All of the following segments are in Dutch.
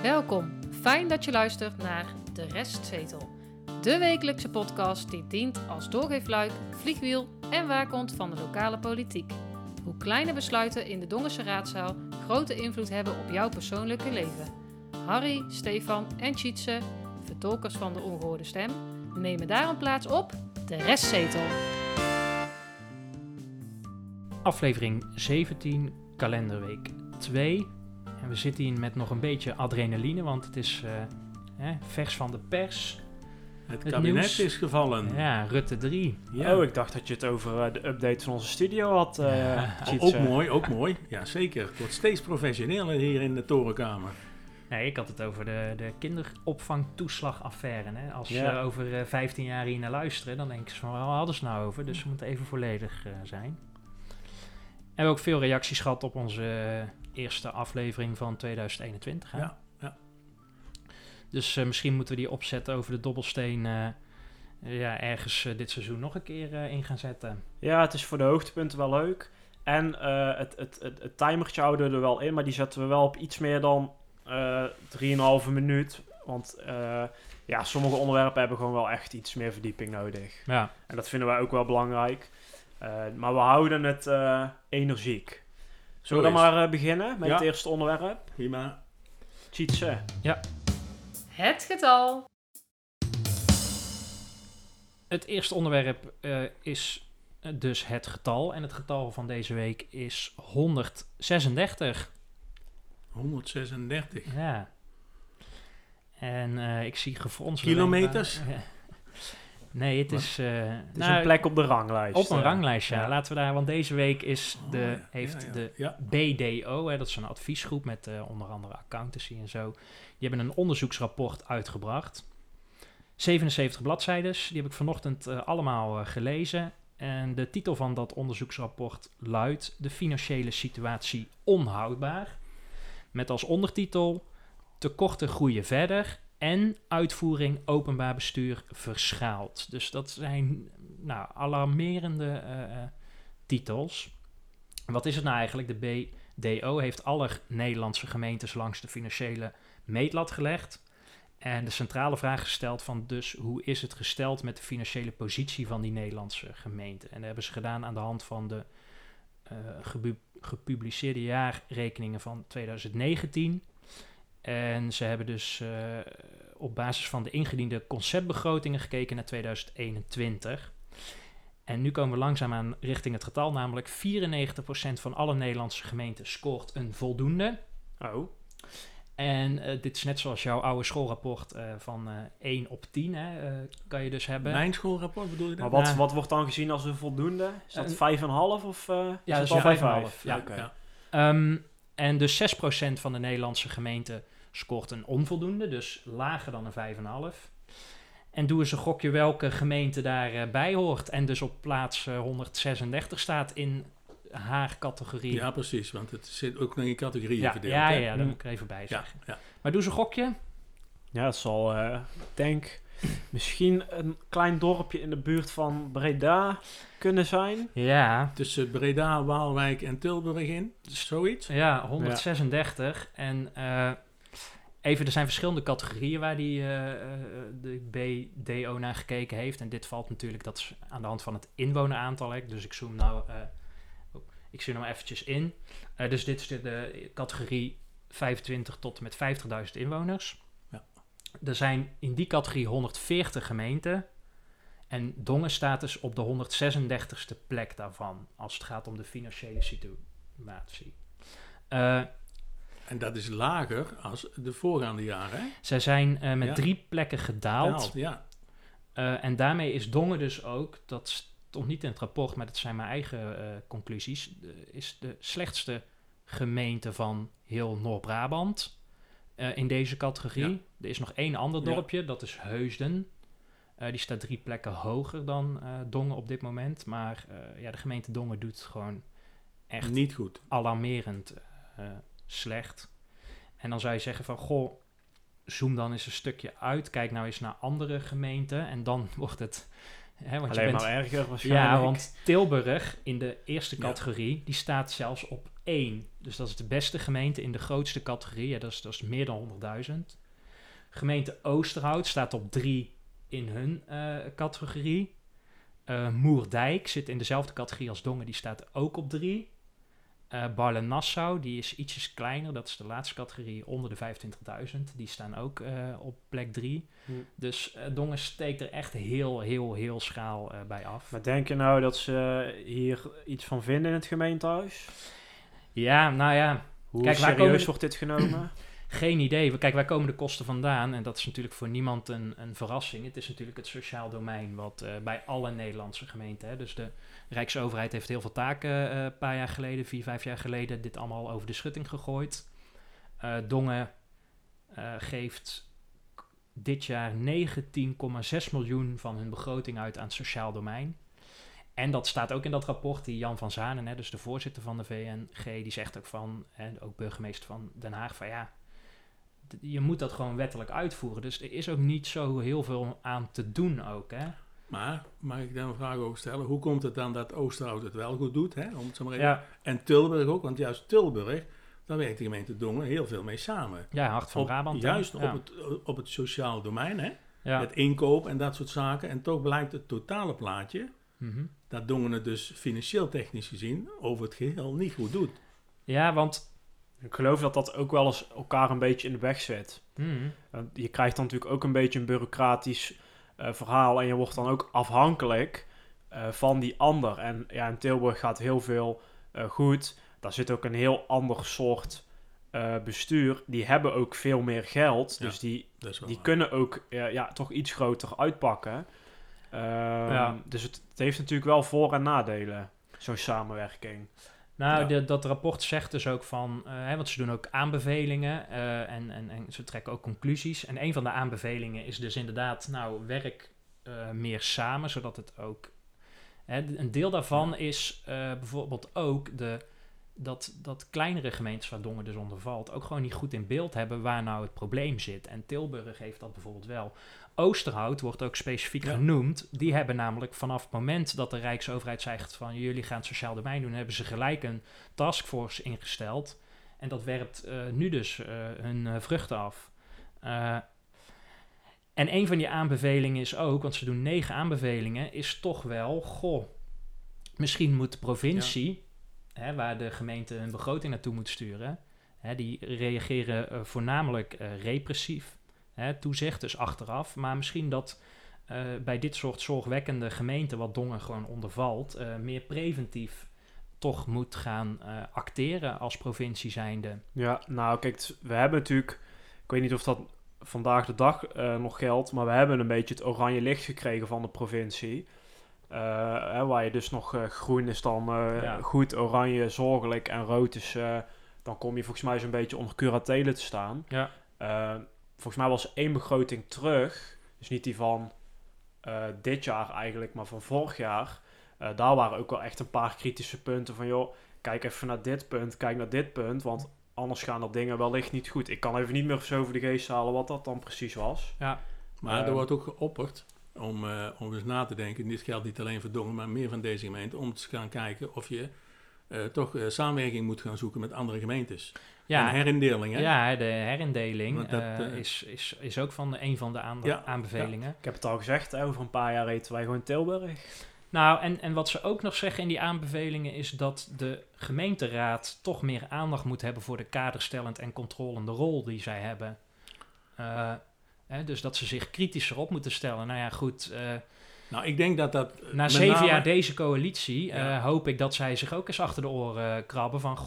Welkom, fijn dat je luistert naar De Restzetel. De wekelijkse podcast die dient als doorgeefluik, vliegwiel en waakhond van de lokale politiek. Hoe kleine besluiten in de Dongense raadzaal grote invloed hebben op jouw persoonlijke leven. Harry, Stefan en Tjitse, vertolkers van de ongehoorde stem, nemen daarom plaats op De Restzetel. Aflevering 17, kalenderweek 2. En we zitten hier met nog een beetje adrenaline, want het is vers van de pers. Het kabinet nieuws is gevallen. Ja, Rutte 3. Ja. Oh, ik dacht dat je het over de update van onze studio had. Ook mooi. Ja, zeker. Het wordt steeds professioneler hier in de torenkamer. Nee, ik had het over de kinderopvangtoeslagaffaire. Hè? Als Ja. ze over 15 jaar hier naar luisteren, dan denken ze van, waar hadden ze nou over? Dus we moeten even volledig zijn. En we hebben ook veel reacties gehad op onze eerste aflevering van 2021. Hè? Ja. Dus misschien moeten we die opzetten over de dobbelsteen ergens dit seizoen nog een keer in gaan zetten. Ja, het is voor de hoogtepunten wel leuk. En het timertje houden we er wel in, maar die zetten we wel op iets meer dan 3,5 minuut. Want sommige onderwerpen hebben gewoon wel echt iets meer verdieping nodig. Ja. En dat vinden wij ook wel belangrijk. Maar we houden het energiek. Zullen we dan maar beginnen met het eerste onderwerp? Prima. Tjitse. Het getal. Het eerste onderwerp is dus het getal. En het getal van deze week is 136. 136. Ja. En ik zie gefronste Kilometers? Nee, het is... Het is een plek op de ranglijst. Op een ranglijst, ja. ja. Laten we daar... Want deze week is heeft de Ja. BDO, dat is een adviesgroep met onder andere accountancy en zo. Die hebben een onderzoeksrapport uitgebracht. 77 bladzijdes. Die heb ik vanochtend allemaal gelezen. En de titel van dat onderzoeksrapport luidt: De financiële situatie onhoudbaar. Met als ondertitel: Tekorten groeien verder en uitvoering openbaar bestuur verschaalt. Dus dat zijn alarmerende titels. Wat is het nou eigenlijk? De BDO heeft alle Nederlandse gemeentes langs de financiële meetlat gelegd. En de centrale vraag gesteld van dus hoe is het gesteld met de financiële positie van die Nederlandse gemeenten. En dat hebben ze gedaan aan de hand van de gepubliceerde jaarrekeningen van 2019. En ze hebben dus op basis van de ingediende conceptbegrotingen gekeken naar 2021. En nu komen we langzaamaan richting het getal, namelijk 94% van alle Nederlandse gemeenten scoort een voldoende. Oh. En dit is net zoals jouw oude schoolrapport van 1 op 10, kan je dus hebben. Mijn schoolrapport bedoel je dat? Maar wat wordt dan gezien als een voldoende? Is dat 5,5 of ja, is dat het is al 5,5. 5,5? Ja. Oké. En dus 6% van de Nederlandse gemeenten scoort een onvoldoende, dus lager dan een 5,5. En doe eens een gokje welke gemeente daarbij hoort en dus op plaats 136 staat in haar categorie. Ja, precies, want het zit ook nog in categorieën Ja, verdeeld. ja, hè? daar moet ik er even bij zeggen. Ja. Maar doe eens een gokje. Ja, het zal, denk misschien een klein dorpje in de buurt van Breda kunnen zijn. Ja, Tussen Breda, Waalwijk en Tilburg in. Zoiets. ja, 136. En even, er zijn verschillende categorieën waar de BDO naar gekeken heeft. En dit valt natuurlijk, dat is aan de hand van het inwoneraantal. Dus ik zoom nou eventjes in. Dus dit is de categorie 25 tot en met 50.000 inwoners. Ja. Er zijn in die categorie 140 gemeenten. En Dongen staat dus op de 136e plek daarvan, als het gaat om de financiële situatie. En dat is lager als de voorgaande jaren. Hè? Zij zijn met Ja. 3 plekken gedaald. Ja. En daarmee is Dongen dus ook, dat stond niet in het rapport, maar dat zijn mijn eigen conclusies, is de slechtste gemeente van heel Noord-Brabant in deze categorie. Ja. Er is nog 1 ander dorpje, dat is Heusden. Die staat 3 plekken hoger dan Dongen op dit moment. Maar de gemeente Dongen doet gewoon echt Niet goed. alarmerend slecht. En dan zou je zeggen van, goh, zoom dan eens een stukje uit. Kijk nou eens naar andere gemeenten. En dan wordt het Want Alleen maar erger waarschijnlijk. Ja, want Tilburg in de eerste categorie, die staat zelfs op 1. Dus dat is de beste gemeente in de grootste categorie. Ja, dat is meer dan 100.000. Gemeente Oosterhout staat op 3 in hun categorie. Moerdijk zit in dezelfde categorie als Dongen, die staat ook op 3. Barle-Nassau, die is ietsjes kleiner, dat is de laatste categorie onder de 25.000. Die staan ook op plek 3. Dus Dongen steekt er echt heel schaal bij af. Maar denk je nou dat ze hier iets van vinden in het gemeentehuis? Ja, nou ja. Hoe kijk, serieus wordt dit genomen? Geen idee. Kijk, waar komen de kosten vandaan? En dat is natuurlijk voor niemand een verrassing. Het is natuurlijk het sociaal domein wat bij alle Nederlandse gemeenten... Hè, dus de Rijksoverheid heeft heel veel taken een paar jaar geleden, 4-5 jaar geleden... dit allemaal over de schutting gegooid. Dongen geeft dit jaar 19,6 miljoen van hun begroting uit aan het sociaal domein. En dat staat ook in dat rapport, die Jan van Zanen, hè, dus de voorzitter van de VNG... die zegt ook van, ook burgemeester van Den Haag, van ja... Je moet dat gewoon wettelijk uitvoeren. Dus er is ook niet zo heel veel aan te doen ook, hè. Maar, mag ik daar een vraag over stellen? Hoe komt het dan dat Oosterhout het wel goed doet? Hè? Om het zo maar even. Ja. En Tilburg ook, want juist Tilburg, daar werkt de gemeente Dongen heel veel mee samen. Ja, Hart van Brabant. Juist ja. op het sociaal domein, hè? Ja. Het inkoop en dat soort zaken. En toch blijkt het totale plaatje dat Dongen het dus financieel technisch gezien over het geheel niet goed doet. Ja, want... Ik geloof dat dat ook wel eens elkaar een beetje in de weg zit. Je krijgt dan natuurlijk ook een beetje een bureaucratisch verhaal... en je wordt dan ook afhankelijk van die ander. En ja, in Tilburg gaat heel veel goed. Daar zit ook een heel ander soort bestuur. Die hebben ook veel meer geld. Ja, dus die waar. kunnen ook toch iets groter uitpakken. Dus het heeft natuurlijk wel voor- en nadelen, zo'n samenwerking. Nou, dat rapport zegt dus ook van... want ze doen ook aanbevelingen en ze trekken ook conclusies. En een van de aanbevelingen is dus inderdaad... werk meer samen, zodat het ook... een deel daarvan is bijvoorbeeld ook dat kleinere gemeentes waar Dongen dus onder valt... ook gewoon niet goed in beeld hebben waar nou het probleem zit. En Tilburg heeft dat bijvoorbeeld wel. Oosterhout wordt ook specifiek genoemd. Die hebben namelijk vanaf het moment dat de Rijksoverheid zegt van... jullie gaan het sociaal domein doen, hebben ze gelijk een taskforce ingesteld. En dat werpt nu dus hun vruchten af. En een van die aanbevelingen is ook, want ze doen 9 aanbevelingen... is toch wel, misschien moet de provincie... waar de gemeente een begroting naartoe moet sturen... die reageren voornamelijk repressief... toezicht, dus achteraf. Maar misschien dat bij dit soort zorgwekkende gemeenten... wat Dongen gewoon ondervalt... meer preventief toch moet gaan acteren als provincie zijnde. Ja, nou kijk, we hebben natuurlijk... Ik weet niet of dat vandaag de dag nog geldt... maar we hebben een beetje het oranje licht gekregen van de provincie... waar je dus nog groen is dan goed, oranje zorgelijk en rood is... dan kom je volgens mij zo'n beetje onder curatele te staan. Ja. Volgens mij was 1 begroting terug, dus niet die van dit jaar eigenlijk, maar van vorig jaar. Daar waren ook wel echt een paar kritische punten van, joh, kijk even naar dit punt, kijk naar dit punt, want anders gaan dat dingen wellicht niet goed. Ik kan even niet meer zo over de geest halen wat dat dan precies was. Ja. Maar er wordt ook geopperd om eens na te denken, dit geldt niet alleen voor Dongen, maar meer van deze gemeente, om te gaan kijken of je toch samenwerking moet gaan zoeken met andere gemeentes. Ja, en herindeling, hè? Ja, de herindeling dat, is ook van een van de aanbevelingen. Ja. Ik heb het al gezegd, over een paar jaar eten wij gewoon Tilburg. Nou, en wat ze ook nog zeggen in die aanbevelingen is dat de gemeenteraad toch meer aandacht moet hebben voor de kaderstellend en controlende rol die zij hebben. Dus dat ze zich kritischer op moeten stellen. Nou ja, goed. Nou, ik denk dat na 7 jaar deze coalitie hoop ik dat zij zich ook eens achter de oren krabben van,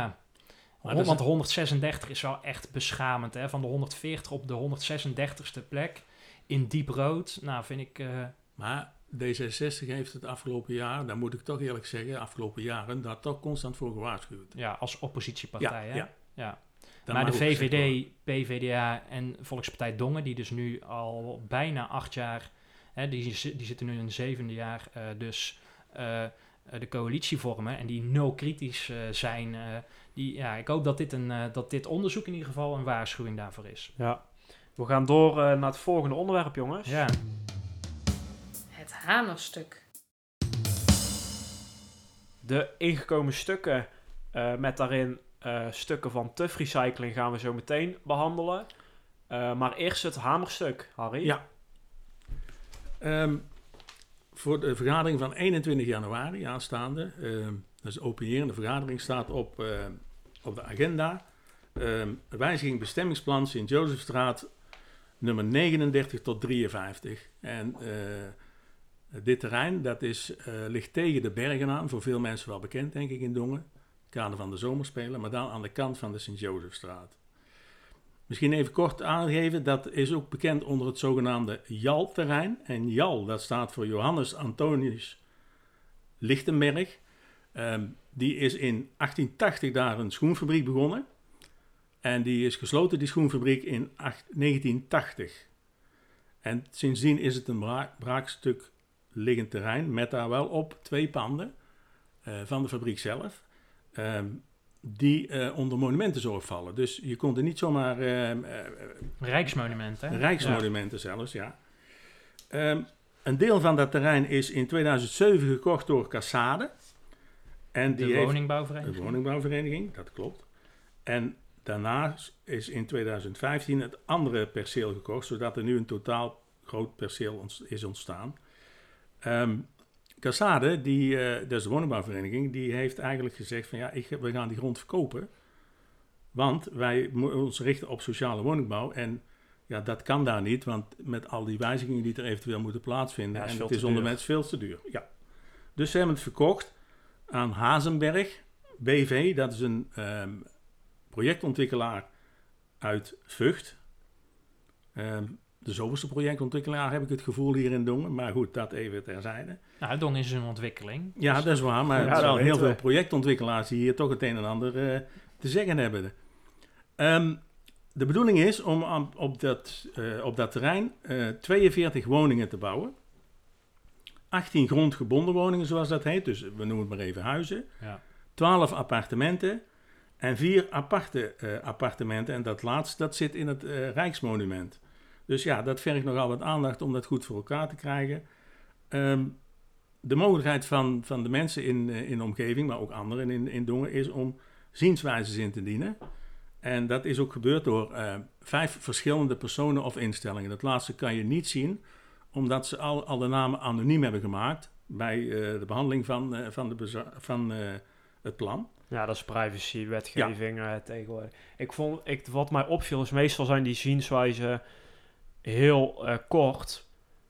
want 136 is wel echt beschamend, hè? Van de 140 op de 136e plek in diep rood. Nou, vind ik... Maar D66 heeft het afgelopen jaar, daar moet ik toch eerlijk zeggen, afgelopen jaren, daar toch constant voor gewaarschuwd. Ja, als oppositiepartij, hè? Ja. Dat maar de VVD, PvdA en Volkspartij Dongen, die dus nu al bijna 8 jaar... Die zitten nu in het 7e jaar, de coalitie vormen en die nul kritisch zijn. Ik hoop dat dit onderzoek in ieder geval een waarschuwing daarvoor is. Ja, we gaan door naar het volgende onderwerp, jongens. Ja. Het hamerstuk. De ingekomen stukken met daarin stukken van TUF Recycling gaan we zo meteen behandelen. Maar eerst het hamerstuk, Harry. Ja. Voor de vergadering van 21 januari aanstaande, dat is de openierende vergadering, staat op de agenda wijziging bestemmingsplan Sint-Josefstraat nummer 39 tot 53. En dit terrein dat ligt tegen de bergen aan, voor veel mensen wel bekend denk ik in Dongen, in het kader van de zomerspelen, maar dan aan de kant van de Sint-Josefstraat. Misschien even kort aangeven, dat is ook bekend onder het zogenaamde JAL-terrein. En JAL, dat staat voor Johannes Antonius Lichtenberg. Die is in 1880 daar een schoenfabriek begonnen. En die is gesloten, die schoenfabriek, in 1980. En sindsdien is het een braakstuk liggend terrein met daar wel op 2 panden van de fabriek zelf. Die onder monumentenzorg vallen. Dus je kon er niet zomaar... Rijksmonumenten. Rijksmonumenten zelfs, ja. Een deel van dat terrein is in 2007 gekocht door Cassade. En die De woningbouwvereniging. De woningbouwvereniging, dat klopt. En daarna is in 2015 het andere perceel gekocht, zodat er nu een totaal groot perceel is ontstaan. Cassade, dat is de woningbouwvereniging, die heeft eigenlijk gezegd van ja, we gaan die grond verkopen. Want wij moeten ons richten op sociale woningbouw. En ja, dat kan daar niet, want met al die wijzigingen die er eventueel moeten plaatsvinden. Ja, en het is onder mensen veel te duur. Ja. Dus ze hebben het verkocht aan Hazenberg BV. Dat is een projectontwikkelaar uit Vught. De zoveelste projectontwikkelaar heb ik het gevoel hier in Dongen. Maar goed, dat even terzijde. Nou, Dongen is een ontwikkeling. Ja, Dus dat is waar. Maar Ja, er zijn dat wel heel weten we. veel projectontwikkelaars die hier toch het een en ander te zeggen hebben. De bedoeling is om op dat terrein 42 woningen te bouwen. 18 grondgebonden woningen, zoals dat heet. Dus we noemen het maar even huizen. Ja. 12 appartementen. En 4 aparte appartementen. En dat laatste, dat zit in het Rijksmonument. Dus ja, dat vergt nogal wat aandacht om dat goed voor elkaar te krijgen. De mogelijkheid van de mensen in de omgeving, maar ook anderen in Dongen, is om zienswijzes in te dienen. En dat is ook gebeurd door 5 verschillende personen of instellingen. Dat laatste kan je niet zien, omdat ze al de namen anoniem hebben gemaakt bij de behandeling van het plan. Ja, dat is privacy-wetgeving tegenwoordig. Wat mij opviel is, meestal zijn die zienswijzen heel kort.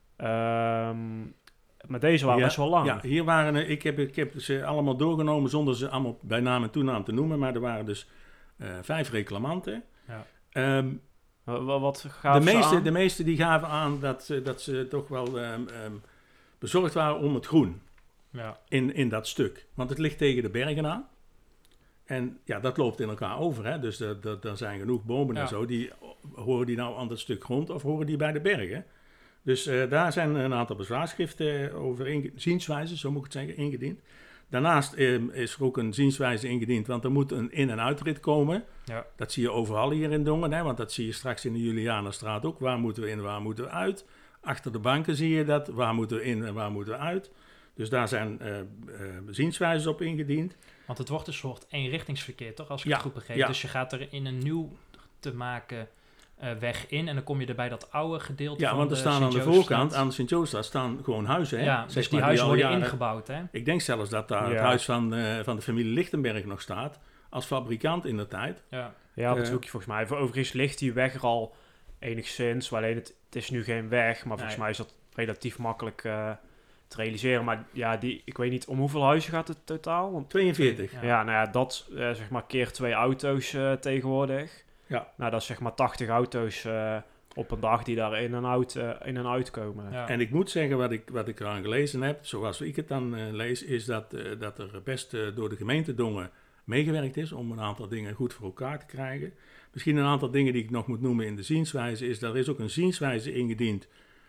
Maar deze waren best wel lang. Ja, hier waren ik heb ze allemaal doorgenomen zonder ze allemaal bij naam en toenaam te noemen. Maar er waren dus 5 reclamanten. Ja. Wat gaven ze aan? De meeste die gaven aan dat ze toch wel bezorgd waren om het groen Ja. in dat stuk. Want het ligt tegen de bergen aan. En ja, dat loopt in elkaar over. Hè? Dus er zijn genoeg bomen en zo. Horen die nou aan dat stuk grond of horen die bij de bergen? Dus daar zijn een aantal bezwaarschriften over zienswijzen, zo moet ik het zeggen, ingediend. Daarnaast is er ook een zienswijze ingediend, want er moet een in- en uitrit komen. Ja. Dat zie je overal hier in Dongen, hè? Want dat zie je straks in de Julianenstraat ook. Waar moeten we in, waar moeten we uit? Achter de banken zie je dat, waar moeten we in en waar moeten we uit? Dus daar zijn zienswijzes op ingediend. Want het wordt een soort eenrichtingsverkeer, toch? Als ik Ja, het goed begreep. ja. Dus je gaat er in een nieuw te maken weg in en dan kom je er bij dat oude gedeelte Ja, van want er de staan aan de Sint-Josefstraat. voorkant, aan de Sint-Josefstraat, staan gewoon huizen. Hè? Ja, Zeg dus die maar, huizen al worden jaren- ingebouwd, hè? Ik denk zelfs dat daar het Ja. huis van de familie Lichtenberg nog staat, als fabrikant in de tijd. Ja. Ja, op het hoekje volgens mij. Overigens ligt die weg er al enigszins. Alleen het is nu geen weg, maar volgens Nee. mij is dat relatief makkelijk te realiseren. Maar ja, ik weet niet, om hoeveel huizen gaat het totaal? Want 42. Ja. nou ja, dat zeg maar keer 2 auto's tegenwoordig. Ja. Nou, dat is zeg maar 80 auto's op een dag die daar in en uit komen. Ja. En ik moet zeggen, wat ik eraan gelezen heb, zoals ik het dan lees, is dat er best door de gemeente Dongen meegewerkt is om een aantal dingen goed voor elkaar te krijgen. Misschien een aantal dingen die ik nog moet noemen in de zienswijze is, er is ook een zienswijze ingediend.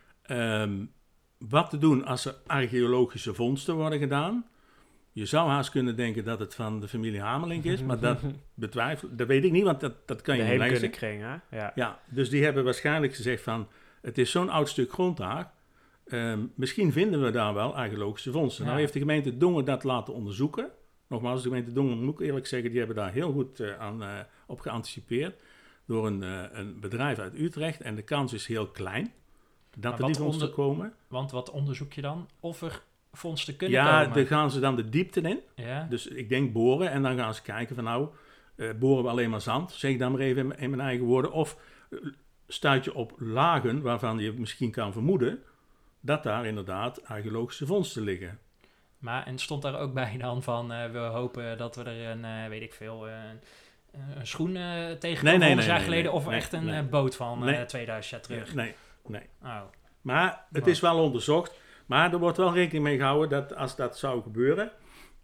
Wat te doen als er archeologische vondsten worden gedaan. Je zou haast kunnen denken dat het van de familie Hamelink is, maar dat betwijfel, dat weet ik niet, want dat kan je De niet lezen. Heemkundekring, hè? Ja. Ja, dus die hebben waarschijnlijk gezegd van, het is zo'n oud stuk grond daar, Misschien vinden we daar wel archeologische vondsten. Ja. Nou heeft de gemeente Dongen dat laten onderzoeken. Nogmaals, de gemeente Dongen, moet ik eerlijk zeggen, die hebben daar heel goed op geanticipeerd. Door een bedrijf uit Utrecht. En de kans is heel klein dat er die vondsten komen. Want wat onderzoek je dan? Of er vondsten kunnen komen? Ja, dan gaan ze dan de diepte in. Ja. Dus ik denk boren en dan gaan ze kijken van boren we alleen maar zand? Zeg ik dan maar even in mijn eigen woorden. Of stuit je op lagen waarvan je misschien kan vermoeden dat daar inderdaad archeologische vondsten liggen. Maar en stond daar ook bij dan van we hopen dat we er een schoen tegenkomen 100 jaar geleden of echt een boot van 2000 jaar terug? Nee. Oh. Maar het is wel onderzocht. Maar er wordt wel rekening mee gehouden dat als dat zou gebeuren,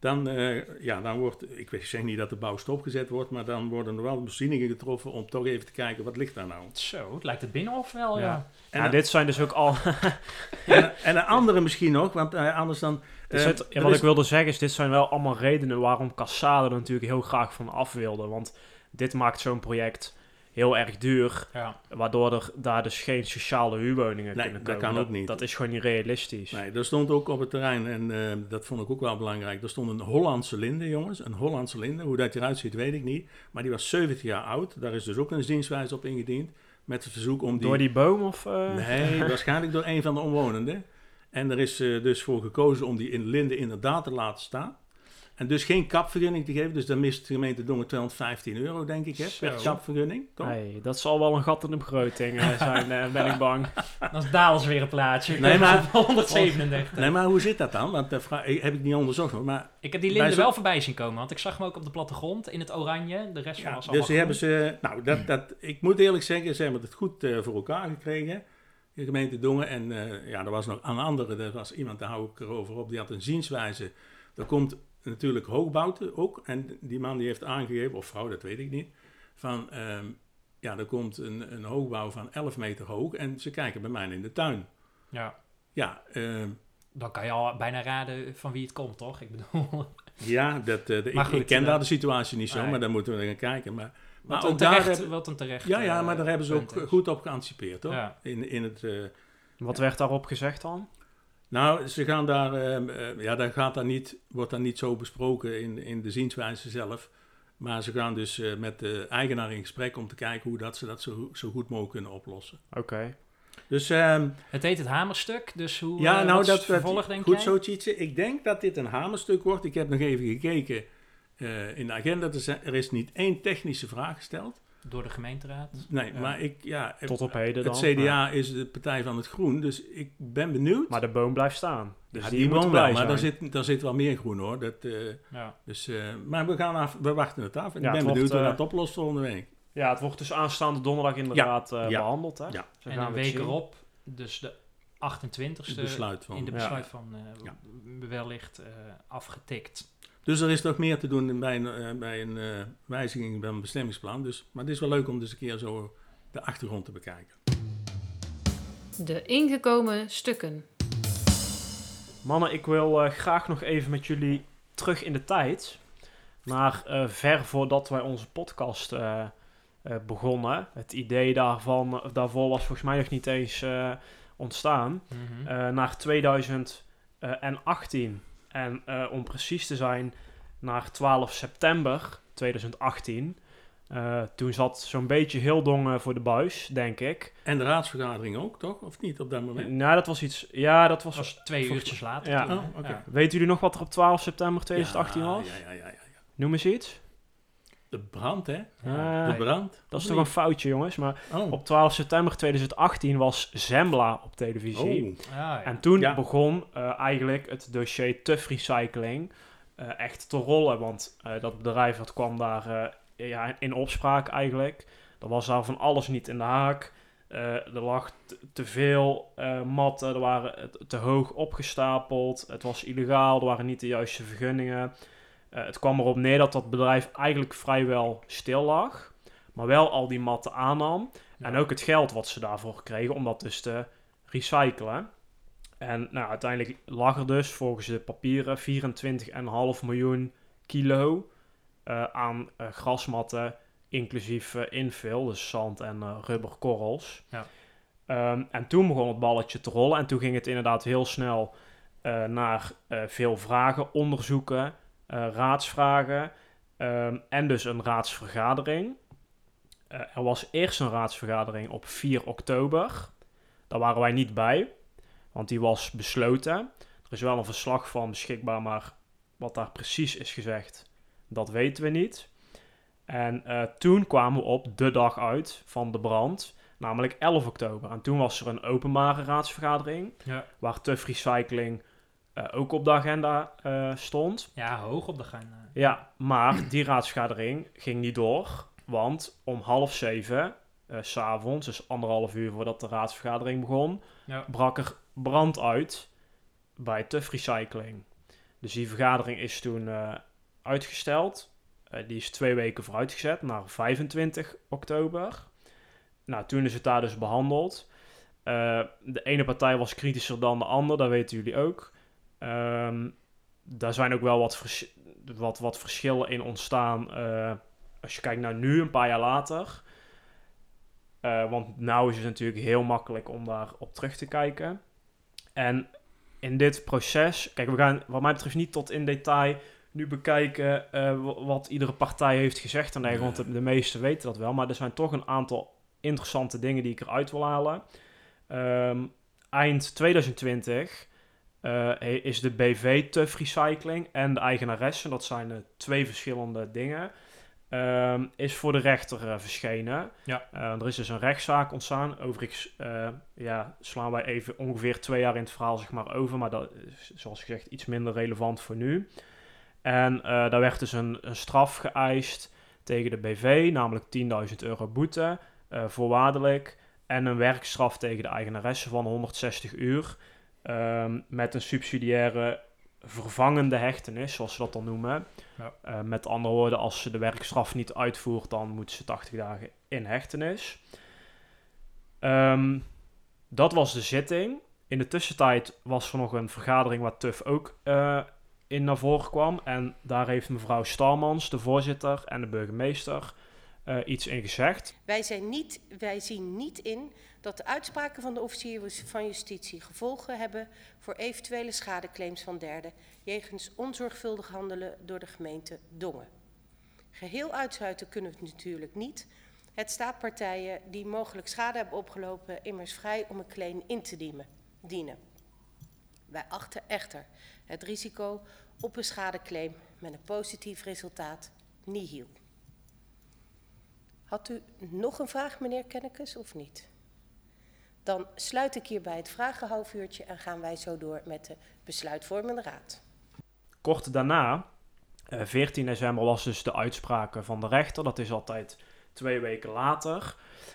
dan wordt, ik zeg niet dat de bouw stopgezet wordt, maar dan worden er wel beziensingen getroffen om toch even te kijken, wat ligt daar nou? Zo, het lijkt het Binnenhof wel, ja. En dit zijn dus ook al... en een andere misschien nog, want anders dan... ik wilde zeggen is, dit zijn wel allemaal redenen waarom Cassade er natuurlijk heel graag van af wilde. Want dit maakt zo'n project heel erg duur, waardoor er daar dus geen sociale huurwoningen kunnen komen. Dat kan ook niet. Dat is gewoon niet realistisch. Nee, er stond ook op het terrein, en dat vond ik ook wel belangrijk, er stond een Hollandse linde, jongens. Een Hollandse linde, hoe dat eruit ziet weet ik niet. Maar die was 70 jaar oud, daar is dus ook een zienswijze op ingediend. Met het verzoek om die... Door die boom of... Nee, waarschijnlijk door een van de omwonenden. En er is dus voor gekozen om die linde inderdaad te laten staan. En dus geen kapvergunning te geven. Dus dan mist de gemeente Dongen €215, denk ik, per kapvergunning. Nee, dat zal wel een gat in de begroting zijn, ben ik bang. Dan is Dales weer een plaatje. Nee, maar 137. Nee, maar hoe zit dat dan? Want dat heb ik niet onderzocht. Maar ik heb die linde wel voorbij zien komen, want ik zag hem ook op de plattegrond in het oranje. De rest van was allemaal dus die hebben ze... Nou, ik moet eerlijk zeggen, ze hebben het goed voor elkaar gekregen. De gemeente Dongen. En er was nog een andere, er was iemand, daar hou ik erover op, die had een zienswijze. Er komt natuurlijk hoogbouw ook. En die man die heeft aangegeven, of vrouw, dat weet ik niet, van er komt een hoogbouw van 11 meter hoog en ze kijken bij mij in de tuin. Ja. Dan kan je al bijna raden van wie het komt, toch? Ik bedoel... Ja, ik ken daar de situatie niet zo, maar dan moeten we gaan kijken. Maar ook wat een terecht... Ja, maar daar hebben ze ook goed op geanticipeerd, hoor. Ja. In het... Wat werd daarop gezegd dan? Nou, ze gaan daar, wordt daar niet zo besproken in de zienswijze zelf. Maar ze gaan dus met de eigenaar in gesprek om te kijken hoe ze dat zo goed mogelijk kunnen oplossen. Oké. Dus, het heet het hamerstuk, dus hoe wat is het vervolg, denk goed jij? Zo, Tjitse. Ik denk dat dit een hamerstuk wordt. Ik heb nog even gekeken in de agenda. Er is niet één technische vraag gesteld. Door de gemeenteraad? Nee, maar tot op heden dan. Het CDA is de partij van het groen, dus ik ben benieuwd. Maar de boom blijft staan. Dus ja, die boom wel, maar daar zit wel meer groen, hoor. Maar we wachten het af. En ik ben benieuwd hoe dat oplost volgende week. Ja, het wordt dus aanstaande donderdag inderdaad behandeld. Hè? Ja. En een week erop, dus de 28e, besluit van wellicht afgetikt. Dus er is nog meer te doen bij een wijziging van een bestemmingsplan. Maar het is wel leuk om dus een keer zo de achtergrond te bekijken. De ingekomen stukken. Mannen, ik wil graag nog even met jullie terug in de tijd. Naar ver voordat wij onze podcast begonnen. Het idee daarvoor was volgens mij nog niet eens ontstaan. Mm-hmm. Naar 2018. En om precies te zijn, naar 12 september 2018. Toen zat zo'n beetje heel Dongen voor de buis, denk ik. En de raadsvergadering ook, toch? Of niet op dat moment? Nou, dat was iets... Ja, dat was 2 uurtjes later. Ja. Toen, okay. Ja. Weten jullie nog wat er op 12 september 2018 was? Ja. Noem eens iets. De brand, hè? De brand. Dat is toch een foutje, jongens. Maar op 12 september 2018 was Zembla op televisie. En toen begon eigenlijk het dossier TUF Recycling echt te rollen. Want dat bedrijf dat kwam daar in opspraak eigenlijk. Er was daar van alles niet in de haak. Er lag te veel matten, er waren te hoog opgestapeld. Het was illegaal, er waren niet de juiste vergunningen. Het kwam erop neer dat dat bedrijf eigenlijk vrijwel stil lag, maar wel al die matten aannam. Ja. En ook het geld wat ze daarvoor kregen om dat dus te recyclen. En uiteindelijk lag er dus volgens de papieren 24,5 miljoen kilo aan grasmatten, inclusief infill, dus zand en rubberkorrels. Ja. En toen begon het balletje te rollen. En toen ging het inderdaad heel snel naar veel vragen, onderzoeken, raadsvragen en dus een raadsvergadering. Er was eerst een raadsvergadering op 4 oktober. Daar waren wij niet bij, want die was besloten. Er is wel een verslag van beschikbaar, maar wat daar precies is gezegd, dat weten we niet. En toen kwamen we op de dag uit van de brand, namelijk 11 oktober. En toen was er een openbare raadsvergadering, waar TUF Recycling ook op de agenda stond. Ja, hoog op de agenda. Ja, maar die raadsvergadering ging niet door, want om 6:30 s'avonds, dus 1,5 uur voordat de raadsvergadering begon, brak er brand uit bij TUF Recycling. Dus die vergadering is toen uitgesteld. Die is 2 weken vooruitgezet naar 25 oktober. Nou, toen is het daar dus behandeld. De ene partij was kritischer dan de ander, dat weten jullie ook. Daar zijn ook wel wat verschillen in ontstaan als je kijkt naar nu, een paar jaar later. Want nu is het natuurlijk heel makkelijk om daar op terug te kijken. En in dit proces, kijk, we gaan wat mij betreft niet tot in detail nu bekijken wat iedere partij heeft gezegd. En want de meesten weten dat wel. Maar er zijn toch een aantal interessante dingen die ik eruit wil halen. Eind 2020 is de BV TUF Recycling en de eigenaresse, dat zijn 2 verschillende dingen, is voor de rechter verschenen. Ja. Er is dus een rechtszaak ontstaan. Overigens slaan wij even ongeveer 2 jaar in het verhaal zeg maar over, maar dat is zoals gezegd iets minder relevant voor nu. En daar werd dus een straf geëist tegen de BV, namelijk €10.000 boete, voorwaardelijk, en een werkstraf tegen de eigenaresse van 160 uur, met een subsidiaire vervangende hechtenis, zoals ze dat dan noemen. Ja. Met andere woorden, als ze de werkstraf niet uitvoert, dan moeten ze 80 dagen in hechtenis. Dat was de zitting. In de tussentijd was er nog een vergadering waar TUF ook in naar voren kwam. En daar heeft mevrouw Starmans, de voorzitter en de burgemeester, iets in gezegd. Wij zien niet in dat de uitspraken van de officier van justitie gevolgen hebben voor eventuele schadeclaims van derden jegens onzorgvuldig handelen door de gemeente Dongen. Geheel uitsluiten kunnen we het natuurlijk niet. Het staat partijen die mogelijk schade hebben opgelopen immers vrij om een claim in te dienen. Wij achten echter het risico op een schadeclaim met een positief resultaat nihil. Had u nog een vraag, meneer Kennekes, of niet? Dan sluit ik hierbij het vragenhalfuurtje en gaan wij zo door met de besluitvormende raad. Kort daarna, 14 december, was dus de uitspraak van de rechter. Dat is altijd 2 weken later.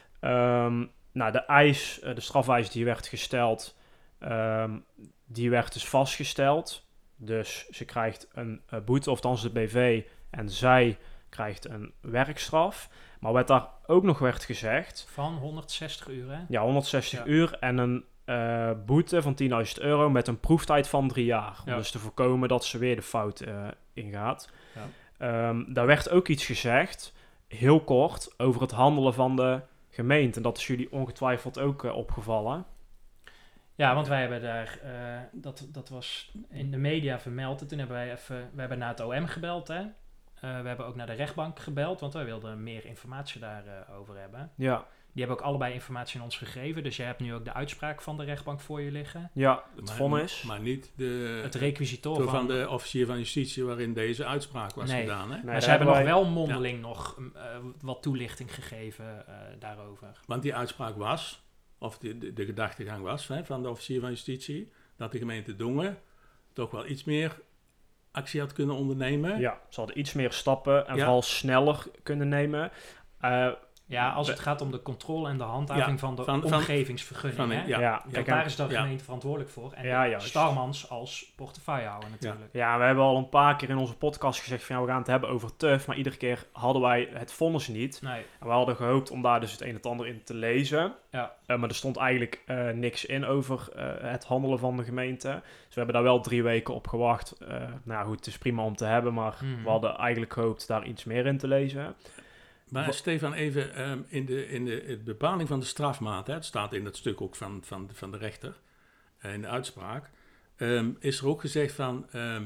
De strafeis die werd gesteld, die werd dus vastgesteld. Dus ze krijgt een boete, of althans de BV, en zij krijgt een werkstraf. Maar wat daar ook nog werd gezegd... Van 160 uur, hè? Ja, 160 uur en een boete van €10.000 met een proeftijd van 3 jaar. Om dus te voorkomen dat ze weer de fout ingaat. Ja. Daar werd ook iets gezegd, heel kort, over het handelen van de gemeente. En dat is jullie ongetwijfeld ook opgevallen. Ja, want wij hebben daar, dat was in de media vermeld. En toen hebben we hebben naar het OM gebeld, hè. We hebben ook naar de rechtbank gebeld, want wij wilden meer informatie daarover hebben. Ja. Die hebben ook allebei informatie aan ons gegeven. Dus jij hebt nu ook de uitspraak van de rechtbank voor je liggen. Ja, het vonnis. Maar niet het requisitor van de officier van justitie waarin deze uitspraak was gedaan. Hè? Nee, maar ze hebben nog wel mondeling wat toelichting gegeven daarover. Want die uitspraak was, of de gedachtegang was van de officier van justitie, dat de gemeente Dongen toch wel iets meer actie had kunnen ondernemen. Ja, ze hadden iets meer stappen en vooral sneller kunnen nemen. Als het gaat om de controle en de handhaving van de omgevingsvergunning. Kijk, daar is de gemeente verantwoordelijk voor. En Starmans als portefeuillehouder natuurlijk. Ja, we hebben al een paar keer in onze podcast gezegd van we gaan het hebben over TUF. Maar iedere keer hadden wij het vonnis niet. Nee. En we hadden gehoopt om daar dus het een en het ander in te lezen. Ja. Maar er stond eigenlijk niks in over het handelen van de gemeente. Dus we hebben daar wel 3 weken op gewacht. Het is prima om te hebben. Maar we hadden eigenlijk gehoopt daar iets meer in te lezen. Maar Stefan, even in de bepaling van de strafmaat, hè, het staat in dat stuk ook van de rechter, in de uitspraak, is er ook gezegd van,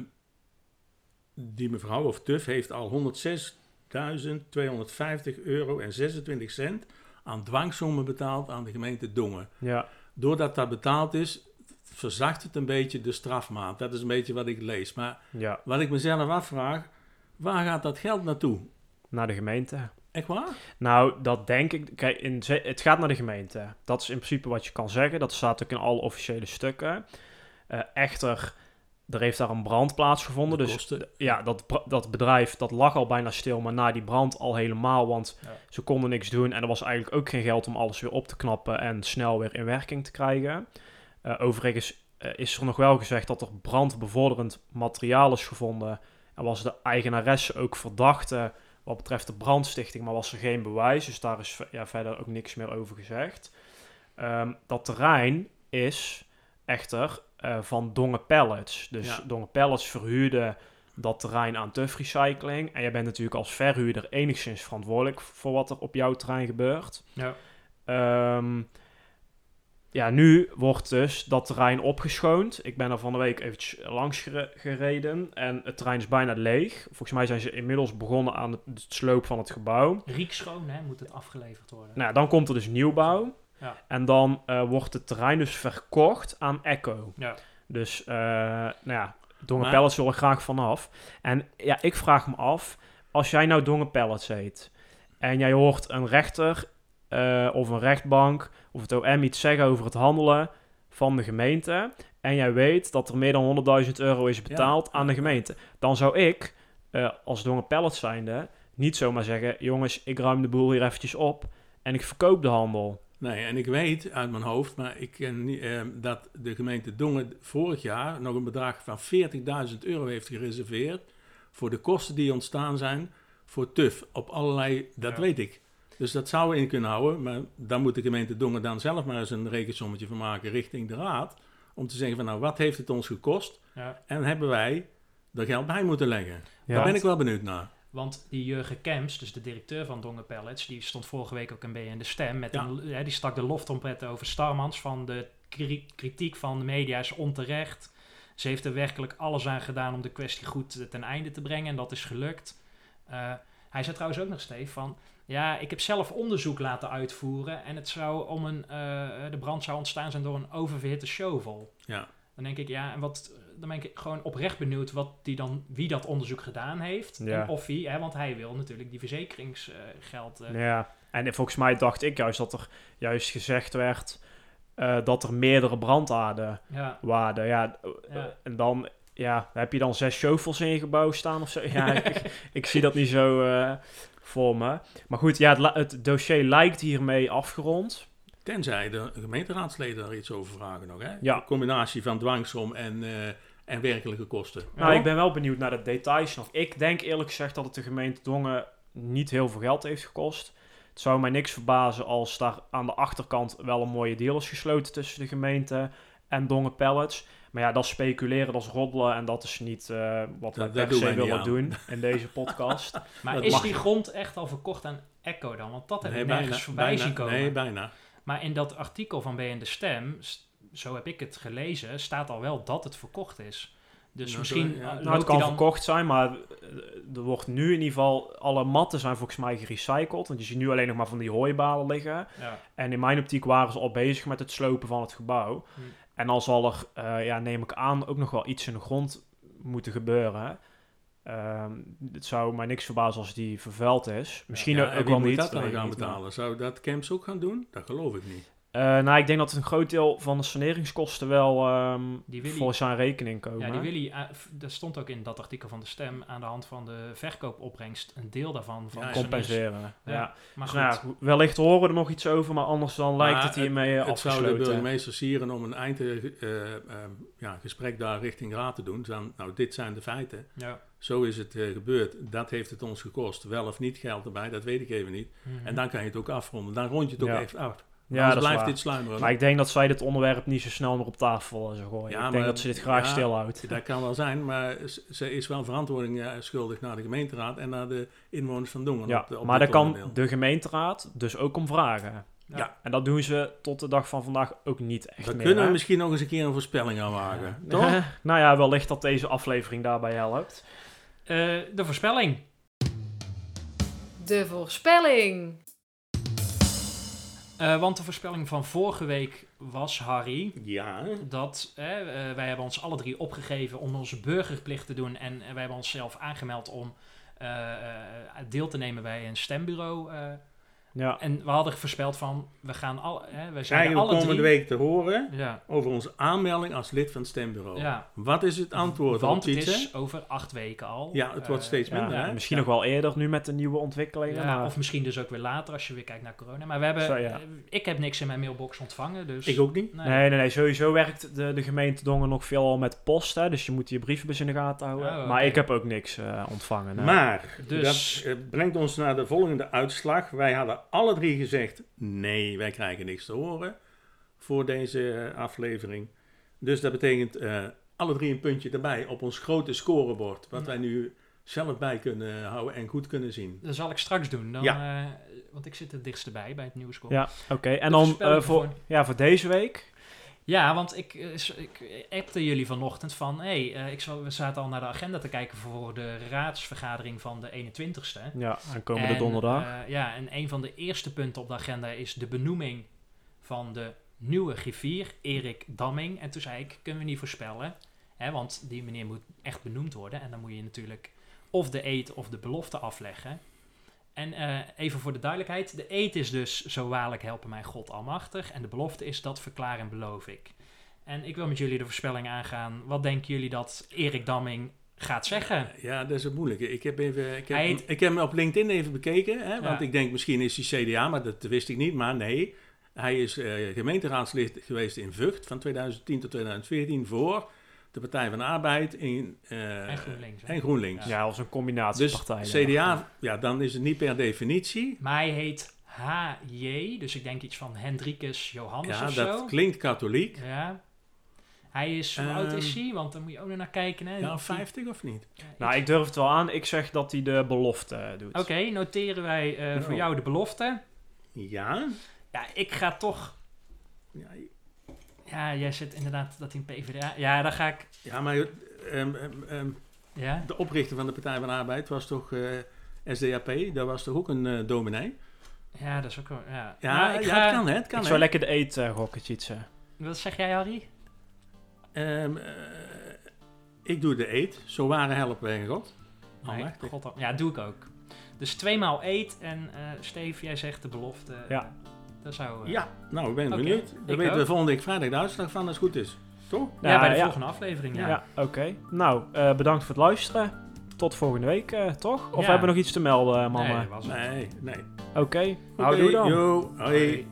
die mevrouw of TUF heeft al 106.250 euro en 26 cent aan dwangsommen betaald aan de gemeente Dongen. Ja. Doordat dat betaald is, verzacht het een beetje de strafmaat. Dat is een beetje wat ik lees. Maar Ja, wat ik mezelf afvraag, waar gaat dat geld naartoe? naar de gemeente. Echt waar? Nou, dat denk ik. Kijk, het gaat naar de gemeente. Dat is in principe wat je kan zeggen. Dat staat ook in alle officiële stukken. Echter, er heeft daar een brand plaatsgevonden. De Dus kosten. ja, dat bedrijf dat lag al bijna stil, maar na die brand al helemaal. Want ze konden niks doen en er was eigenlijk ook geen geld om alles weer op te knappen en snel weer in werking te krijgen. Overigens is er nog wel gezegd dat er brandbevorderend materiaal is gevonden. En was de eigenaresse ook verdachte wat betreft de brandstichting, maar was er geen bewijs. Dus daar is verder ook niks meer over gezegd. Dat terrein is echter van Dongen Pallets. Dus Dongen Pallets verhuurde dat terrein aan TUF Recycling. En jij bent natuurlijk als verhuurder enigszins verantwoordelijk voor wat er op jouw terrein gebeurt. Ja. Nu wordt dus dat terrein opgeschoond. Ik ben er van de week eventjes langs gereden en het terrein is bijna leeg. Volgens mij zijn ze inmiddels begonnen aan het sloop van het gebouw. Riekschoon, hè, moet het afgeleverd worden. Nou, dan komt er dus nieuwbouw. Ja. En dan wordt het terrein dus verkocht aan Echo. Ja. Dus, Dongen Pallets wil er graag vanaf. En ja, ik vraag me af, als jij nou Dongen Pallets heet en jij hoort een rechter of een rechtbank of het OM iets zeggen over het handelen van de gemeente en jij weet dat er meer dan 100.000 euro is betaald aan de gemeente, dan zou ik als Dongen Pallets zijnde niet zomaar zeggen, jongens, ik ruim de boel hier eventjes op en ik verkoop de handel. Nee, en ik weet uit mijn hoofd, maar ik ken niet, dat de gemeente Dongen vorig jaar nog een bedrag van 40.000 euro heeft gereserveerd voor de kosten die ontstaan zijn voor TUF op allerlei, dat weet ik. Dus dat zou we in kunnen houden, maar dan moet de gemeente Dongen dan zelf maar eens een rekensommetje van maken richting de raad, om te zeggen van nou, wat heeft het ons gekost en hebben wij er geld bij moeten leggen. Ja. Daar ben ik wel benieuwd naar. Want die Jurgen Kemps, dus de directeur van Dongen Pallets, die stond vorige week ook een beetje in de stem. Die stak de loftrompet over Starmans van de kritiek van de media is onterecht. Ze heeft er werkelijk alles aan gedaan om de kwestie goed ten einde te brengen en dat is gelukt. Hij zei trouwens ook nog, Steve, van ja, ik heb zelf onderzoek laten uitvoeren en het zou de brand zou ontstaan zijn door een oververhitte shovel. Ja. Dan denk ik, dan ben ik gewoon oprecht benieuwd wie dat onderzoek gedaan heeft. Ja. En of hij, want hij wil natuurlijk die verzekeringsgeld. Ja, en volgens mij dacht ik juist dat er juist gezegd werd dat er meerdere brandaarden waren. Ja. En dan heb je dan 6 shovels in je gebouw staan of zo. Ja, ik zie dat niet zo voor me. Maar goed, het dossier lijkt hiermee afgerond. Tenzij de gemeenteraadsleden daar iets over vragen nog, hè? Ja. Een combinatie van dwangsom en werkelijke kosten. Nou, ik ben wel benieuwd naar de details nog. Ik denk eerlijk gezegd dat het de gemeente Dongen niet heel veel geld heeft gekost. Het zou mij niks verbazen als daar aan de achterkant wel een mooie deal is gesloten tussen de gemeente en Dongen Pallets. Maar ja, dat is speculeren, dat is roddelen en dat is niet wat wij per se willen doen in deze podcast. Maar is die grond echt al verkocht aan Echo dan? Want dat heb ik nergens voorbij zien komen. Nee, bijna. Maar in dat artikel van BN De Stem, zo heb ik het gelezen, staat al wel dat het verkocht is. Dus misschien... het kan verkocht zijn, maar er wordt nu in ieder geval... Alle matten zijn volgens mij gerecycled. Want je ziet nu alleen nog maar van die hooibalen liggen. Ja. En in mijn optiek waren ze al bezig met het slopen van het gebouw. En dan zal er, neem ik aan, ook nog wel iets in de grond moeten gebeuren. Het zou mij niks verbazen als die vervuild is. Misschien ook wel niet. Dat dan gaan betalen? Zou dat Kemps ook gaan doen? Dat geloof ik niet. Ik denk dat een groot deel van de saneringskosten wel voor zijn rekening komen. Ja, die wil hij, dat stond ook in dat artikel van De Stem, aan de hand van de verkoopopbrengst, een deel daarvan van compenseren. Ja. Maar goed. Wellicht horen we er nog iets over, maar anders dan lijkt het hiermee afgesloten. Het zou de burgemeester sieren om een gesprek daar richting raad te doen. Dan, nou, dit zijn de feiten. Ja. Zo is het gebeurd. Dat heeft het ons gekost. Wel of niet geld erbij, dat weet ik even niet. Mm-hmm. En dan kan je het ook afronden. Dan rond je het ook even af. Ja, Anders dat is blijft waar. dit sluimeren. Maar ik denk dat zij dit onderwerp niet zo snel meer op tafel zou gooien. Ja, ik denk maar- dat ze dit graag ja, stilhoudt. Dat kan wel zijn, maar ze is wel verantwoording schuldig naar de gemeenteraad en naar de inwoners van Dongen. Ja, op maar dit daar kan onderdeel. de gemeenteraad dus ook om vragen. Ja. En dat doen ze tot de dag van vandaag ook niet echt Dan meer. kunnen we hè? misschien nog eens een keer een voorspelling aan wagen. Toch? Nou ja, wellicht dat deze aflevering daarbij helpt. De voorspelling. De voorspelling. Want de voorspelling van vorige week was, Harry, Ja. dat wij hebben ons alle 3 opgegeven om onze burgerplicht te doen. En wij hebben onszelf aangemeld om deel te nemen bij een stembureau. Ja. En we hadden voorspeld van, we gaan we zijn Krijgen we alle komende 3. week te horen Ja, over onze aanmelding als lid van het stembureau. ja. Wat is het antwoord op Want het Tietse? is over 8 weken al. Ja, het wordt steeds Ja, minder. Hè? misschien Ja. nog wel eerder nu met de nieuwe ontwikkelingen. Ja, maar... of misschien dus ook weer later als je weer kijkt naar corona. Maar we hebben, Zo, ja. ik heb niks in mijn mailbox ontvangen. Dus, Ik ook niet. Nee. Sowieso werkt de gemeente Dongen nog veel met post. Hè, dus je moet je brievenbus in de gaten houden. Oh, oké. Maar ik heb ook niks ontvangen. Nee. Maar, Dus- dat brengt ons naar de volgende uitslag. Wij hadden alle 3 gezegd, nee, wij krijgen niks te horen voor deze aflevering. Dus dat betekent alle 3 een puntje erbij op ons grote scorebord. Wat wij nu zelf bij kunnen houden en goed kunnen zien. Dat zal ik straks doen. Dan, want ik zit het dichtst bij het nieuwe score. Ja, oké. En De dan voorspelling voor deze week. Ja, want ik appte jullie vanochtend van... we zaten al naar de agenda te kijken voor de raadsvergadering van de 21ste. Ja, aankomende donderdag. En een van de eerste punten op de agenda is de benoeming van de nieuwe griffier, Erik Damming. En toen zei ik, kunnen we niet voorspellen. Hè, want die meneer moet echt benoemd worden. En dan moet je natuurlijk of de eed of de belofte afleggen. En even voor de duidelijkheid, de eed is dus zo waarlijk helpen mij God almachtig. En de belofte is dat verklaar en beloof ik. En ik wil met jullie de voorspelling aangaan. Wat denken jullie dat Erik Damming gaat zeggen? Ja, dat is het moeilijke. Ik heb Hij- hem op LinkedIn even bekeken. Hè, want Ja. ik denk, misschien is hij CDA, maar dat wist ik niet. Maar nee, hij is gemeenteraadslid geweest in Vught van 2010 tot 2014 voor de Partij van de Arbeid En GroenLinks. hè? en GroenLinks. Ja, als een Dus combinatiepartij. CDA, ja, dan is het niet per definitie. Maar hij heet H.J., dus ik denk iets van Hendrikus Johannes Ja, of dat zo. klinkt katholiek. Ja. Hij is, hoe oud is hij? Want dan moet je ook nog naar kijken. Hè? Ja, Of hij- 50 of niet? Nou, ik durf het wel aan. Ik zeg dat hij de belofte doet. Oké, noteren wij voor jou de belofte. Ja. Ja, ik ga toch... Ja, Ja, jij zit inderdaad dat hij een PvdA... Ja, dan ga ik... ja maar Ja? de oprichter van de Partij van de Arbeid was toch SDAP? Dat was toch ook een dominee? Ja, dat is ook wel... Ja, Ja, Nou, ja, ik ga... het kan, hè? Het kan, Ik hè? zou lekker de eet gokken, Tjitse. Wat zeg jij, Harry? Ik doe de eed. Zo waren helpen wij God. Nee, Almachtig. God, ja, doe ik ook. Dus 2 maal eet en Steve, jij zegt de belofte. Ja. Dat zou... Ja, nou, ik ben Oké, benieuwd. Dan ik weten we ook. volgende week vrijdag de uitslag van, als het goed is. Toch? Ja, bij de ja. volgende aflevering, ja. Ja, oké. Nou, bedankt voor het luisteren. Tot volgende week, toch? Of Ja. hebben we nog iets te melden, mannen? Nee, dat was het. Nee. Oké. Nou, doe dan. Yo, hoi.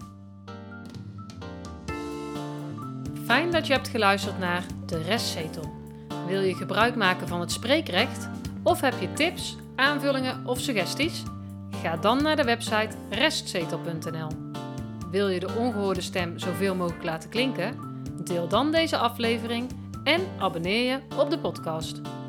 Fijn dat je hebt geluisterd naar De Restzetel. Wil je gebruik maken van het spreekrecht? Of heb je tips, aanvullingen of suggesties? Ga dan naar de website restzetel.nl. Wil je de ongehoorde stem zoveel mogelijk laten klinken? Deel dan deze aflevering en abonneer je op de podcast.